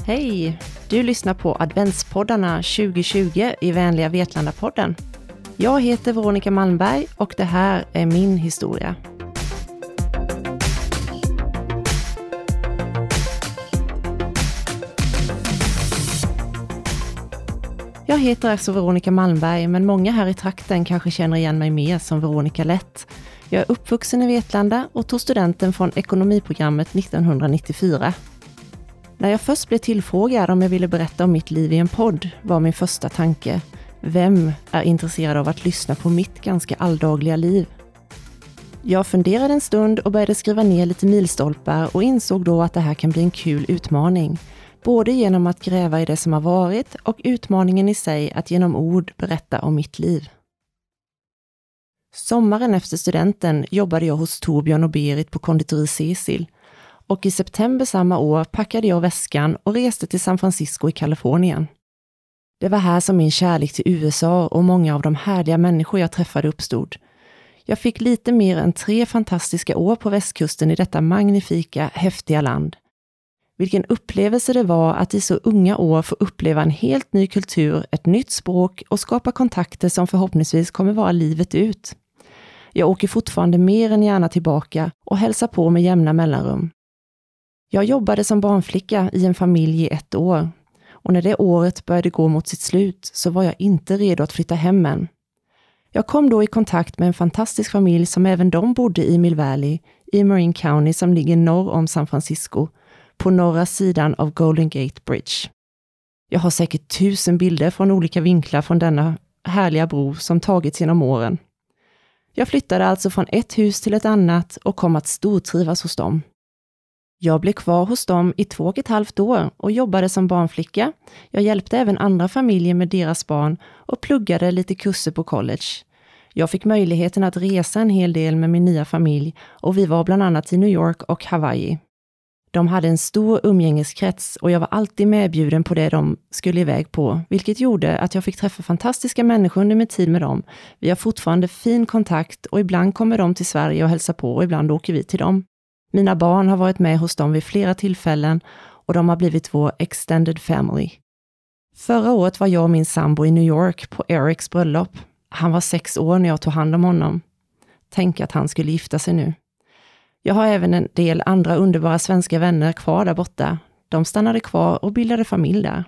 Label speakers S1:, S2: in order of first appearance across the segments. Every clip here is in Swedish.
S1: Hej! Du lyssnar på adventspoddarna 2020 i Vänliga Vetlanda-podden. Jag heter Veronica Malmberg och det här är min historia. Jag heter alltså Veronica Malmberg, men många här i trakten kanske känner igen mig mer som Veronica Lätt. Jag är uppvuxen i Vetlanda och tog studenten från ekonomiprogrammet 1994. När jag först blev tillfrågad om jag ville berätta om mitt liv i en podd var min första tanke: vem är intresserad av att lyssna på mitt ganska alldagliga liv? Jag funderade en stund och började skriva ner lite milstolpar och insåg då att det här kan bli en kul utmaning. Både genom att gräva i det som har varit och utmaningen i sig att genom ord berätta om mitt liv. Sommaren efter studenten jobbade jag hos Torbjörn och Berit på konditori Cecil. Och i september samma år packade jag väskan och reste till San Francisco i Kalifornien. Det var här som min kärlek till USA och många av de härliga människor jag träffade uppstod. Jag fick lite mer än 3 fantastiska år på västkusten i detta magnifika, häftiga land. Vilken upplevelse det var att i så unga år få uppleva en helt ny kultur, ett nytt språk och skapa kontakter som förhoppningsvis kommer vara livet ut. Jag åker fortfarande mer än gärna tillbaka och hälsar på med jämna mellanrum. Jag jobbade som barnflicka i en familj i 1 år och när det året började gå mot sitt slut så var jag inte redo att flytta hem än. Jag kom då i kontakt med en fantastisk familj som även de bodde i Mill Valley i Marin County som ligger norr om San Francisco på norra sidan av Golden Gate Bridge. Jag har säkert 1000 bilder från olika vinklar från denna härliga bro som tagits genom åren. Jag flyttade alltså från ett hus till ett annat och kom att stortrivas hos dem. Jag blev kvar hos dem i 2,5 år och jobbade som barnflicka. Jag hjälpte även andra familjer med deras barn och pluggade lite kurser på college. Jag fick möjligheten att resa en hel del med min nya familj och vi var bland annat i New York och Hawaii. De hade en stor umgängeskrets och jag var alltid medbjuden på det de skulle iväg på, vilket gjorde att jag fick träffa fantastiska människor under min tid med dem. Vi har fortfarande fin kontakt och ibland kommer de till Sverige och hälsar på och ibland åker vi till dem. Mina barn har varit med hos dem vid flera tillfällen och de har blivit vår extended family. Förra året var jag och min sambo i New York på Erics bröllop. Han var 6 år när jag tog hand om honom. Tänk att han skulle gifta sig nu. Jag har även en del andra underbara svenska vänner kvar där borta. De stannade kvar och bildade familj där.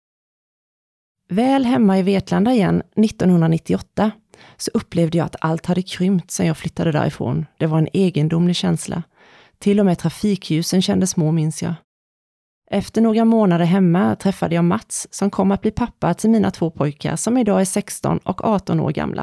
S1: Väl hemma i Vetlanda igen 1998 så upplevde jag att allt hade krympt sedan jag flyttade därifrån. Det var en egendomlig känsla. Till och med trafikljusen kändes små, minns jag. Efter några månader hemma träffade jag Mats som kom att bli pappa till mina 2 pojkar som idag är 16 och 18 år gamla.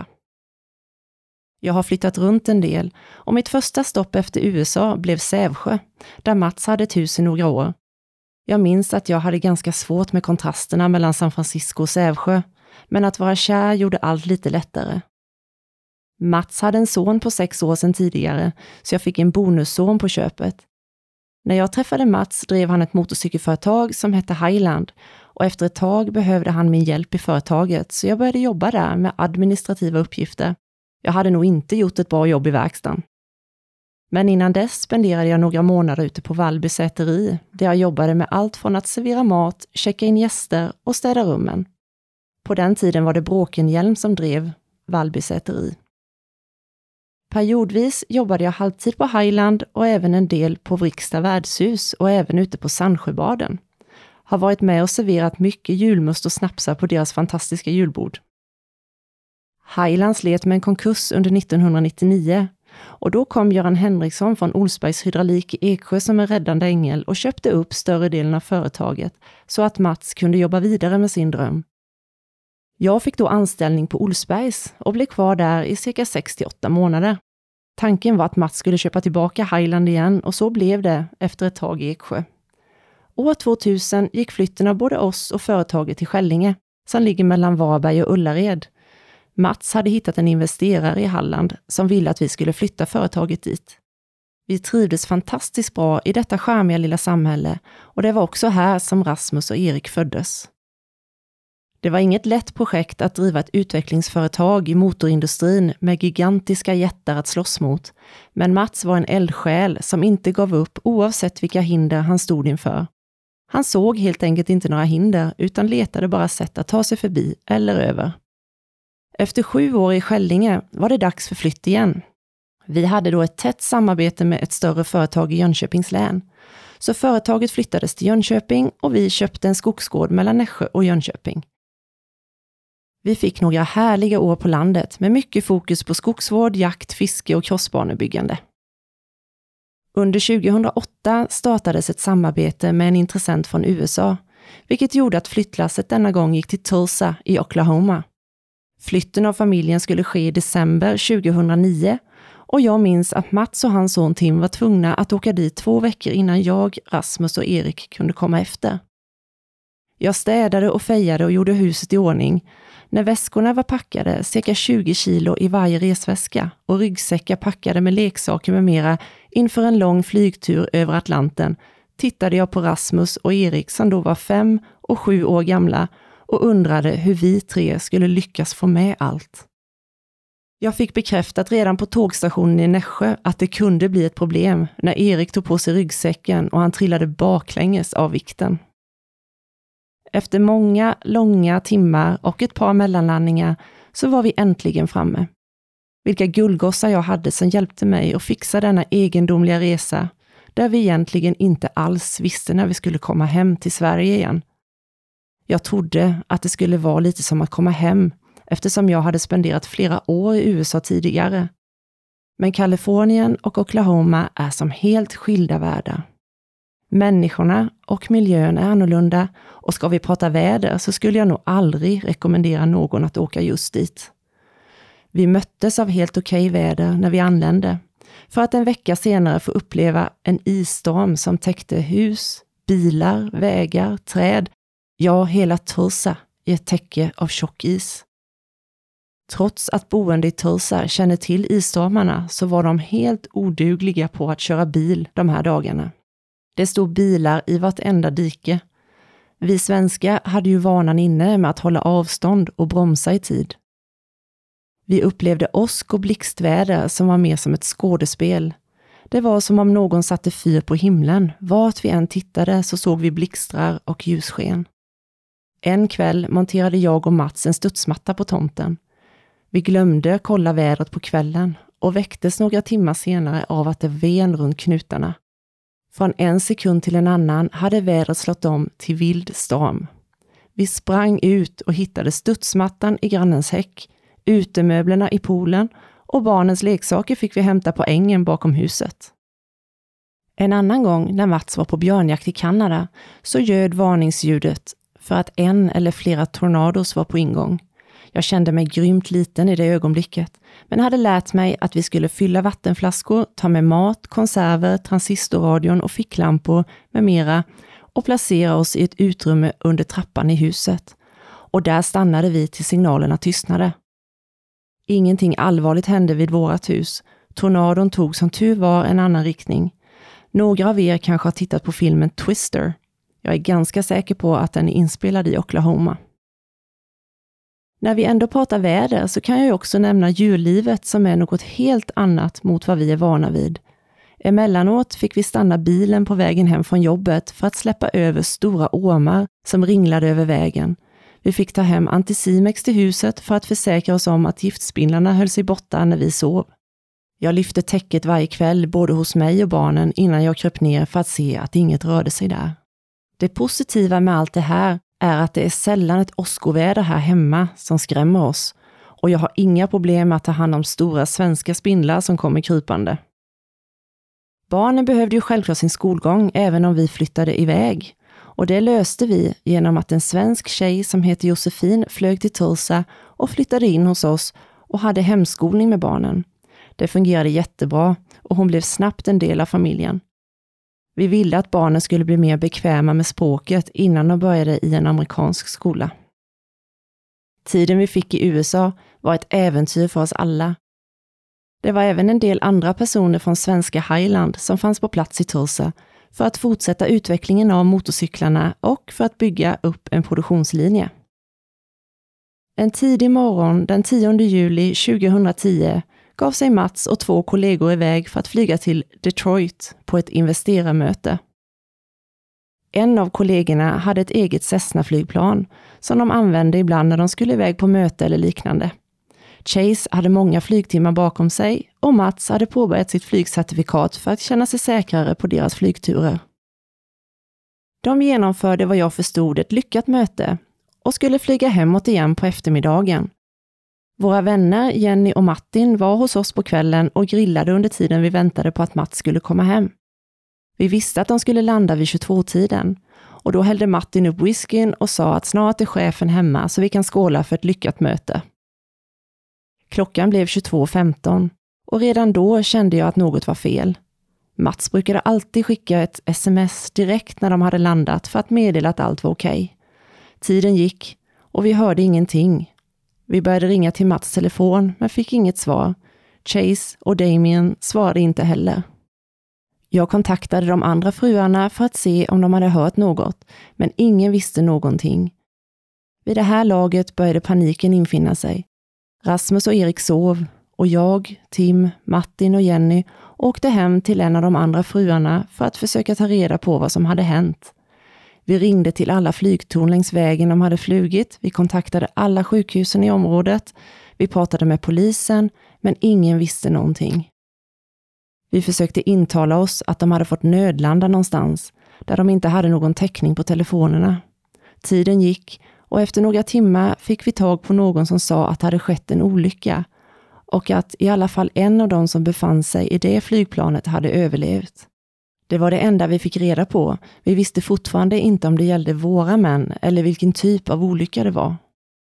S1: Jag har flyttat runt en del och mitt första stopp efter USA blev Sävsjö, där Mats hade ett hus i några år. Jag minns att jag hade ganska svårt med kontrasterna mellan San Francisco och Sävsjö, men att vara kär gjorde allt lite lättare. Mats hade en son på 6 år sedan tidigare, så jag fick en bonusson på köpet. När jag träffade Mats drev han ett motorcykelföretag som hette Highland och efter ett tag behövde han min hjälp i företaget så jag började jobba där med administrativa uppgifter. Jag hade nog inte gjort ett bra jobb i verkstaden. Men innan dess spenderade jag några månader ute på Vallby säteri där jag jobbade med allt från att servera mat, checka in gäster och städa rummen. På den tiden var det Bråkenhielm som drev Vallby säteri. Periodvis jobbade jag halvtid på Highland och även en del på Vrigstad värdshus och även ute på Sandsjöbaden. Har varit med och serverat mycket julmust och snapsar på deras fantastiska julbord. Highland slet med en konkurs under 1999 och då kom Göran Henriksson från Olsbergs hydraulik i Eksjö som en räddande ängel och köpte upp större delen av företaget så att Mats kunde jobba vidare med sin dröm. Jag fick då anställning på Olsbergs och blev kvar där i cirka 6-8 månader. Tanken var att Mats skulle köpa tillbaka Highland igen och så blev det efter ett tag i Eksjö. År 2000 gick flytten av både oss och företaget till Skällinge som ligger mellan Varberg och Ullared. Mats hade hittat en investerare i Halland som ville att vi skulle flytta företaget dit. Vi trivdes fantastiskt bra i detta charmiga lilla samhälle och det var också här som Rasmus och Erik föddes. Det var inget lätt projekt att driva ett utvecklingsföretag i motorindustrin med gigantiska jättar att slåss mot, men Mats var en eldsjäl som inte gav upp oavsett vilka hinder han stod inför. Han såg helt enkelt inte några hinder utan letade bara sätt att ta sig förbi eller över. Efter 7 år i Skällinge var det dags för flytt igen. Vi hade då ett tätt samarbete med ett större företag i Jönköpings län. Så företaget flyttades till Jönköping och vi köpte en skogsgård mellan Nässjö och Jönköping. Vi fick några härliga år på landet med mycket fokus på skogsvård, jakt, fiske och crossbanebyggande. Under 2008 startades ett samarbete med en intressent från USA, vilket gjorde att flyttlasset denna gång gick till Tulsa i Oklahoma. Flytten av familjen skulle ske i december 2009 och jag minns att Mats och hans son Tim var tvungna att åka dit 2 veckor innan jag, Rasmus och Erik kunde komma efter. Jag städade och fejade och gjorde huset i ordning. När väskorna var packade, cirka 20 kilo i varje resväska och ryggsäckar packade med leksaker med mera inför en lång flygtur över Atlanten, tittade jag på Rasmus och Erik som då var 5 och 7 år gamla och undrade hur vi 3 skulle lyckas få med allt. Jag fick bekräftat redan på tågstationen i Nässjö att det kunde bli ett problem när Erik tog på sig ryggsäcken och han trillade baklänges av vikten. Efter många långa timmar och ett par mellanlandningar så var vi äntligen framme. Vilka guldgossar jag hade som hjälpte mig att fixa denna egendomliga resa där vi egentligen inte alls visste när vi skulle komma hem till Sverige igen. Jag trodde att det skulle vara lite som att komma hem eftersom jag hade spenderat flera år i USA tidigare. Men Kalifornien och Oklahoma är som helt skilda världar. Människorna och miljön är annorlunda och ska vi prata väder så skulle jag nog aldrig rekommendera någon att åka just dit. Vi möttes av helt okej väder när vi anlände för att en vecka senare få uppleva en isstorm som täckte hus, bilar, vägar, träd, ja hela Tulsa i ett täcke av tjock is. Trots att boende i Tulsa känner till isstormarna så var de helt odugliga på att köra bil de här dagarna. Det stod bilar i vartenda dike. Vi svenskar hade ju vanan inne med att hålla avstånd och bromsa i tid. Vi upplevde åsk och blixtväder som var mer som ett skådespel. Det var som om någon satte fyr på himlen. Vart vi än tittade så såg vi blixtrar och ljussken. En kväll monterade jag och Mats en studsmatta på tomten. Vi glömde kolla vädret på kvällen och väcktes några timmar senare av att det ven runt knutarna. Från en sekund till en annan hade vädret slått om till vild storm. Vi sprang ut och hittade studsmattan i grannens häck, utemöblerna i poolen och barnens leksaker fick vi hämta på ängen bakom huset. En annan gång när Mats var på björnjakt i Kanada så ljöd varningsljudet för att en eller flera tornados var på ingång. Jag kände mig grymt liten i det ögonblicket, men hade lärt mig att vi skulle fylla vattenflaskor, ta med mat, konserver, transistorradion och ficklampor med mera och placera oss i ett utrymme under trappan i huset. Och där stannade vi till signalerna tystnade. Ingenting allvarligt hände vid vårat hus. Tornadon tog som tur var en annan riktning. Några av er kanske har tittat på filmen Twister. Jag är ganska säker på att den är inspelad i Oklahoma. När vi ändå pratar väder så kan jag också nämna djurlivet som är något helt annat mot vad vi är vana vid. Emellanåt fick vi stanna bilen på vägen hem från jobbet för att släppa över stora ormar som ringlade över vägen. Vi fick ta hem Anticimex till huset för att försäkra oss om att giftspindlarna höll sig borta när vi sov. Jag lyfte täcket varje kväll både hos mig och barnen innan jag kröp ner för att se att inget rörde sig där. Det positiva med allt det här är att det är sällan ett åskoväder här hemma som skrämmer oss och jag har inga problem med att ta hand om stora svenska spindlar som kommer krypande. Barnen behövde ju självklart sin skolgång även om vi flyttade iväg och det löste vi genom att en svensk tjej som heter Josefin flög till Tulsa och flyttade in hos oss och hade hemskolning med barnen. Det fungerade jättebra och hon blev snabbt en del av familjen. Vi ville att barnen skulle bli mer bekväma med språket innan de började i en amerikansk skola. Tiden vi fick i USA var ett äventyr för oss alla. Det var även en del andra personer från svenska Highland som fanns på plats i Tulsa för att fortsätta utvecklingen av motorcyklarna och för att bygga upp en produktionslinje. En tidig morgon den 10 juli 2010 gav sig Mats och 2 kollegor iväg för att flyga till Detroit på ett investerarmöte. En av kollegorna hade ett eget Cessna-flygplan som de använde ibland när de skulle iväg på möte eller liknande. Chase hade många flygtimmar bakom sig och Mats hade påbörjat sitt flygcertifikat för att känna sig säkrare på deras flygturer. De genomförde vad jag förstod ett lyckat möte och skulle flyga hemåt igen på eftermiddagen. Våra vänner Jenny och Martin var hos oss på kvällen och grillade under tiden vi väntade på att Mats skulle komma hem. Vi visste att de skulle landa vid 22-tiden och då hällde Martin upp whiskyn och sa att snart är chefen hemma så vi kan skåla för ett lyckat möte. Klockan blev 22:15 och redan då kände jag att något var fel. Mats brukade alltid skicka ett sms direkt när de hade landat för att meddela att allt var okej. Tiden gick och vi hörde ingenting. Vi började ringa till Mats telefon men fick inget svar. Chase och Damien svarade inte heller. Jag kontaktade de andra fruarna för att se om de hade hört något, men ingen visste någonting. Vid det här laget började paniken infinna sig. Rasmus och Erik sov och jag, Tim, Martin och Jenny åkte hem till en av de andra fruarna för att försöka ta reda på vad som hade hänt. Vi ringde till alla flygtorn längs vägen de hade flugit, vi kontaktade alla sjukhusen i området, vi pratade med polisen, men ingen visste någonting. Vi försökte intala oss att de hade fått nödlanda någonstans, där de inte hade någon täckning på telefonerna. Tiden gick och efter några timmar fick vi tag på någon som sa att det hade skett en olycka och att i alla fall en av dem som befann sig i det flygplanet hade överlevt. Det var det enda vi fick reda på. Vi visste fortfarande inte om det gällde våra män eller vilken typ av olycka det var.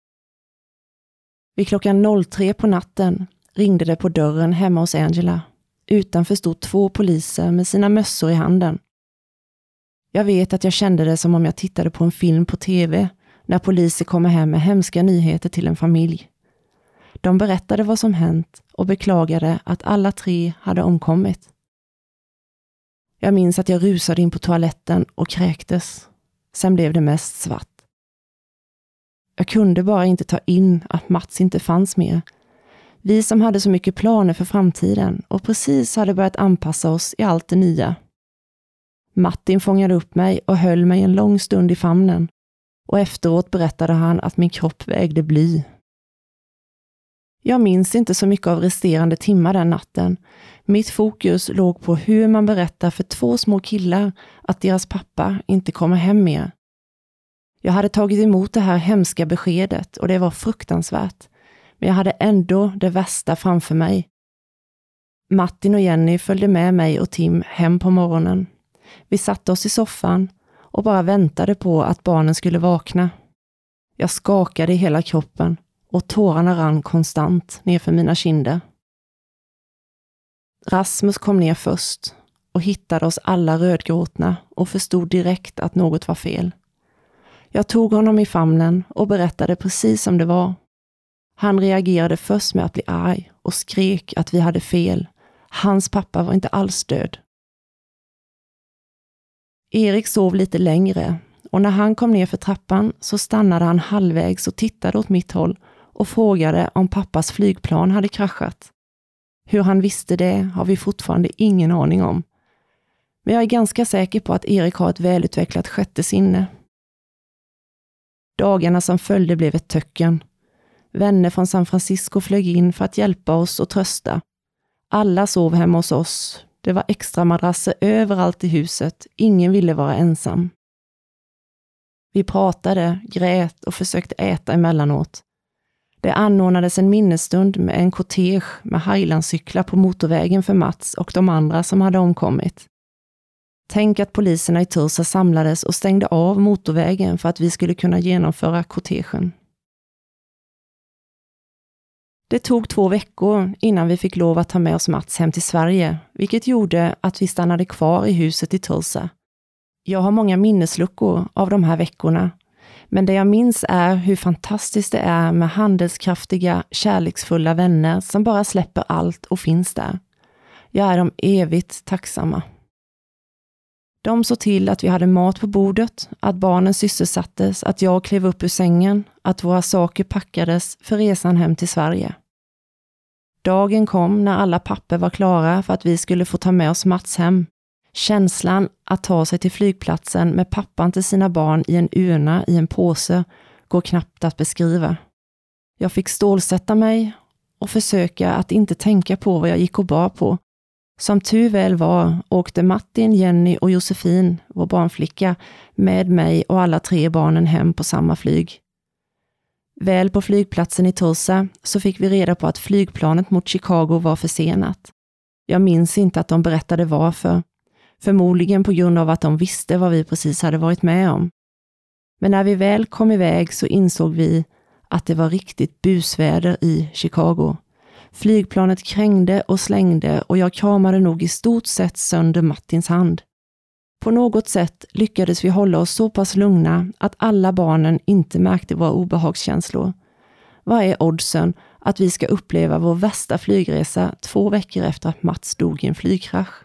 S1: Vid klockan 03 på natten ringde det på dörren hemma hos Angela. Utanför stod 2 poliser med sina mössor i handen. Jag vet att jag kände det som om jag tittade på en film på tv när poliser kommer hem med hemska nyheter till en familj. De berättade vad som hänt och beklagade att alla 3 hade omkommit. Jag minns att jag rusade in på toaletten och kräktes. Sen blev det mest svart. Jag kunde bara inte ta in att Mats inte fanns mer. Vi som hade så mycket planer för framtiden och precis hade börjat anpassa oss i allt det nya. Martin fångade upp mig och höll mig en lång stund i famnen. Och efteråt berättade han att min kropp vägde bly. Jag minns inte så mycket av resterande timmar den natten. Mitt fokus låg på hur man berättar för 2 små killar att deras pappa inte kommer hem mer. Jag hade tagit emot det här hemska beskedet och det var fruktansvärt. Men jag hade ändå det värsta framför mig. Martin och Jenny följde med mig och Tim hem på morgonen. Vi satte oss i soffan och bara väntade på att barnen skulle vakna. Jag skakade i hela kroppen och tårarna rann konstant ner för mina kinder. Rasmus kom ner först och hittade oss alla rödgråtna och förstod direkt att något var fel. Jag tog honom i famnen och berättade precis som det var. Han reagerade först med att bli arg och skrek att vi hade fel. Hans pappa var inte alls död. Erik sov lite längre och när han kom ner för trappan så stannade han halvvägs och tittade åt mitt håll och frågade om pappas flygplan hade kraschat. Hur han visste det har vi fortfarande ingen aning om. Men jag är ganska säker på att Erik har ett välutvecklat sjätte sinne. Dagarna som följde blev ett töcken. Vänner från San Francisco flög in för att hjälpa oss och trösta. Alla sov hemma hos oss. Det var extra madrasser överallt i huset. Ingen ville vara ensam. Vi pratade, grät och försökte äta emellanåt. Det anordnades en minnesstund med en kortege med Highlandscyklar på motorvägen för Mats och de andra som hade omkommit. Tänk att poliserna i Tulsa samlades och stängde av motorvägen för att vi skulle kunna genomföra kortegen. Det tog 2 veckor innan vi fick lov att ta med oss Mats hem till Sverige, vilket gjorde att vi stannade kvar i huset i Tulsa. Jag har många minnesluckor av de här veckorna, men det jag minns är hur fantastiskt det är med handelskraftiga, kärleksfulla vänner som bara släpper allt och finns där. Jag är dem evigt tacksamma. De såg till att vi hade mat på bordet, att barnen sysselsattes, att jag klev upp ur sängen, att våra saker packades för resan hem till Sverige. Dagen kom när alla papper var klara för att vi skulle få ta med oss Mats hem. Känslan att ta sig till flygplatsen med pappan till sina barn i en urna i en påse går knappt att beskriva. Jag fick stålsätta mig och försöka att inte tänka på vad jag gick och bar på. Som tur väl var åkte Martin, Jenny och Josefin, vår barnflicka, med mig och alla 3 barnen hem på samma flyg. Väl på flygplatsen i Tulsa så fick vi reda på att flygplanet mot Chicago var försenat. Jag minns inte att de berättade varför. Förmodligen på grund av att de visste vad vi precis hade varit med om. Men när vi väl kom iväg så insåg vi att det var riktigt busväder i Chicago. Flygplanet krängde och slängde och jag kramade nog i stort sett sönder Martins hand. På något sätt lyckades vi hålla oss så pass lugna att alla barnen inte märkte våra obehagskänslor. Vad är oddsen att vi ska uppleva vår värsta flygresa 2 veckor efter att Mats dog i en flygkrasch?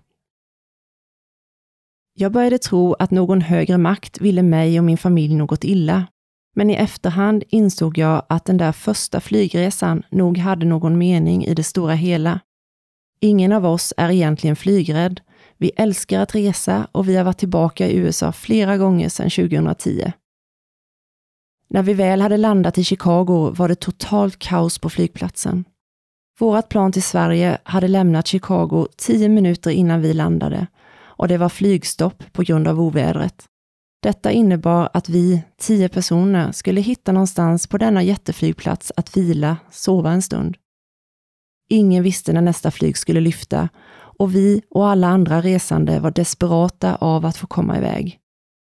S1: Jag började tro att någon högre makt ville mig och min familj något illa. Men i efterhand insåg jag att den där första flygresan nog hade någon mening i det stora hela. Ingen av oss är egentligen flygrädd. Vi älskar att resa och vi har varit tillbaka i USA flera gånger sedan 2010. När vi väl hade landat i Chicago var det totalt kaos på flygplatsen. Vårat plan till Sverige hade lämnat Chicago 10 minuter innan vi landade och det var flygstopp på grund av ovädret. Detta innebar att vi 10 personer skulle hitta någonstans på denna jätteflygplats att vila, sova en stund. Ingen visste när nästa flyg skulle lyfta och vi och alla andra resande var desperata av att få komma iväg.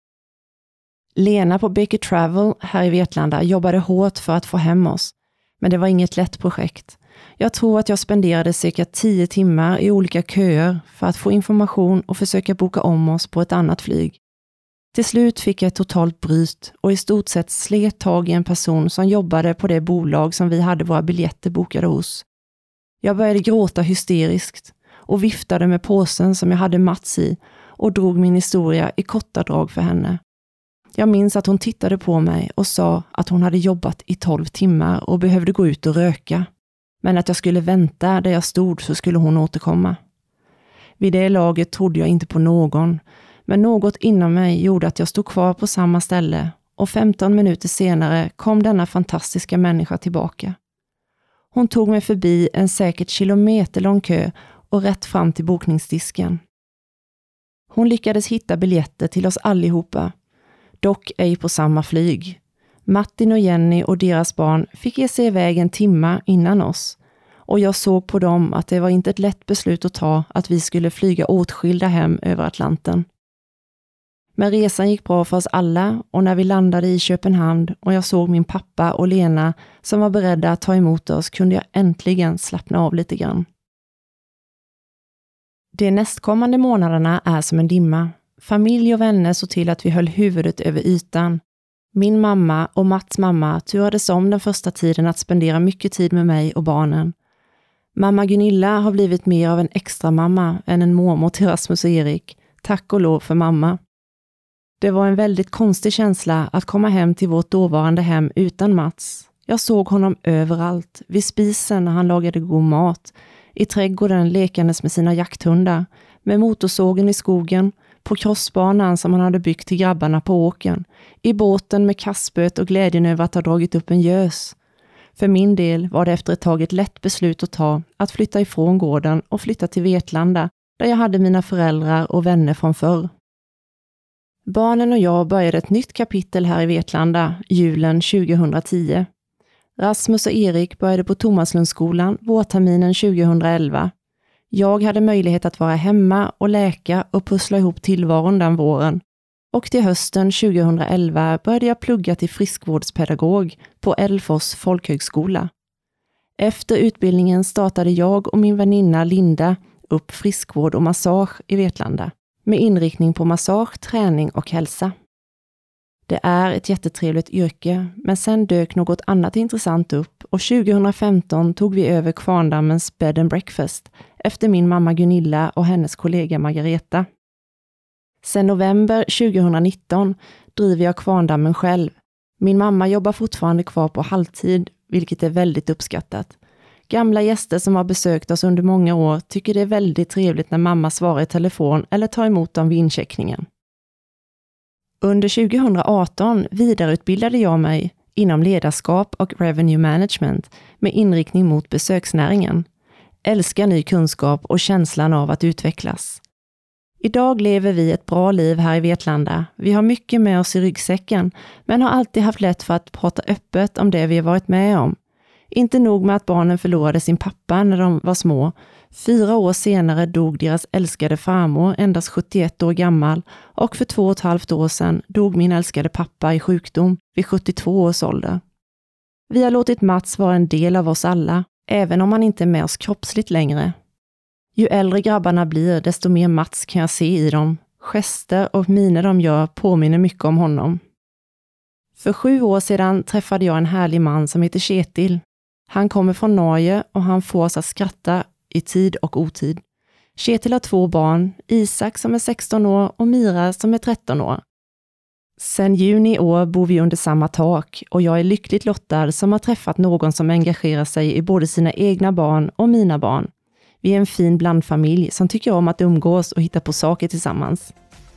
S1: Lena på Baker Travel här i Vetlanda jobbade hårt för att få hem oss, men det var inget lätt projekt. Jag tror att jag spenderade cirka 10 timmar i olika köer för att få information och försöka boka om oss på ett annat flyg. Till slut fick jag ett totalt bryt och i stort sett slet tag i en person som jobbade på det bolag som vi hade våra biljetter bokade hos. Jag började gråta hysteriskt och viftade med påsen som jag hade Mats i och drog min historia i korta drag för henne. Jag minns att hon tittade på mig och sa att hon hade jobbat i 12 timmar och behövde gå ut och röka. Men att jag skulle vänta där jag stod så skulle hon återkomma. Vid det laget trodde jag inte på någon. Men något inom mig gjorde att jag stod kvar på samma ställe och 15 minuter senare kom denna fantastiska människa tillbaka. Hon tog mig förbi en säkert kilometerlång kö och rätt fram till bokningsdisken. Hon lyckades hitta biljetter till oss allihopa, dock ej på samma flyg. Martin och Jenny och deras barn fick ge sig iväg en timme innan oss och jag såg på dem att det var inte ett lätt beslut att ta att vi skulle flyga åtskilda hem över Atlanten. Men resan gick bra för oss alla och när vi landade i Köpenhamn och jag såg min pappa och Lena som var beredda att ta emot oss kunde jag äntligen slappna av lite grann. De nästkommande månaderna är som en dimma. Familj och vänner såg till att vi höll huvudet över ytan. Min mamma och Mats mamma turades om den första tiden att spendera mycket tid med mig och barnen. Mamma Gunilla har blivit mer av en extra mamma än en mormor till Rasmus och Erik. Tack och lov för mamma. Det var en väldigt konstig känsla att komma hem till vårt dåvarande hem utan Mats. Jag såg honom överallt, vid spisen när han lagade god mat, i trädgården lekandes med sina jakthundar, med motorsågen i skogen, på crossbanan som han hade byggt till grabbarna på åkern, i båten med kastspöet och glädjen över att ha dragit upp en gös. För min del var det efter ett tag ett lätt beslut att ta att flytta ifrån gården och flytta till Vetlanda, där jag hade mina föräldrar och vänner från förr. Barnen och jag började ett nytt kapitel här i Vetlanda, julen 2010. Rasmus och Erik började på Thomaslundsskolan vårterminen 2011. Jag hade möjlighet att vara hemma och läka och pussla ihop tillvaron den våren. Och till hösten 2011 började jag plugga till friskvårdspedagog på Älvfors folkhögskola. Efter utbildningen startade jag och min väninna Linda upp friskvård och massage i Vetlanda, med inriktning på massage, träning och hälsa. Det är ett jättetrevligt yrke, men sen dök något annat intressant upp och 2015 tog vi över Kvarndammens bed and breakfast efter min mamma Gunilla och hennes kollega Margareta. Sen november 2019 driver jag Kvarndammen själv. Min mamma jobbar fortfarande kvar på halvtid, vilket är väldigt uppskattat. Gamla gäster som har besökt oss under många år tycker det är väldigt trevligt när mamma svarar i telefon eller tar emot dem vid incheckningen. Under 2018 vidareutbildade jag mig inom ledarskap och revenue management med inriktning mot besöksnäringen. Älskar ny kunskap och känslan av att utvecklas. Idag lever vi ett bra liv här i Vetlanda. Vi har mycket med oss i ryggsäcken, men har alltid haft lätt för att prata öppet om det vi har varit med om. Inte nog med att barnen förlorade sin pappa när de var små. 4 år senare dog deras älskade farmor, endast 71 år gammal, och för 2,5 år sedan dog min älskade pappa i sjukdom vid 72 års ålder. Vi har låtit Mats vara en del av oss alla, även om han inte är med oss kroppsligt längre. Ju äldre grabbarna blir, desto mer Mats kan jag se i dem. Gester och miner de gör påminner mycket om honom. För 7 år sedan träffade jag en härlig man som heter Kjetil. Han kommer från Norge och han får oss att skratta i tid och otid. Kjetil har 2 barn, Isak som är 16 år och Mira som är 13 år. Sen juni i år bor vi under samma tak och jag är lyckligt lottad som har träffat någon som engagerar sig i både sina egna barn och mina barn. Vi är en fin blandfamilj som tycker om att umgås och hitta på saker tillsammans.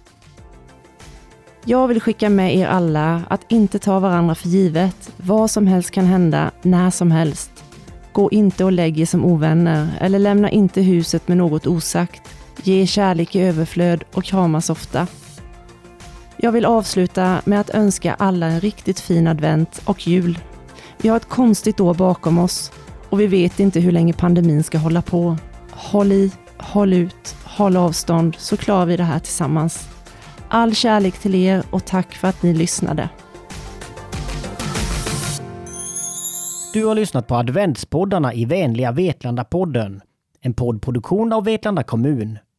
S1: Jag vill skicka med er alla att inte ta varandra för givet. Vad som helst kan hända, när som helst. Gå inte och lägg er som ovänner eller lämna inte huset med något osagt. Ge kärlek i överflöd och kramas ofta. Jag vill avsluta med att önska alla en riktigt fin advent och jul. Vi har ett konstigt år bakom oss och vi vet inte hur länge pandemin ska hålla på. Håll i, håll ut, håll avstånd så klarar vi det här tillsammans. All kärlek till er och tack för att ni lyssnade.
S2: Du har lyssnat på adventspoddarna i vänliga Vetlanda-podden. En poddproduktion av Vetlanda kommun.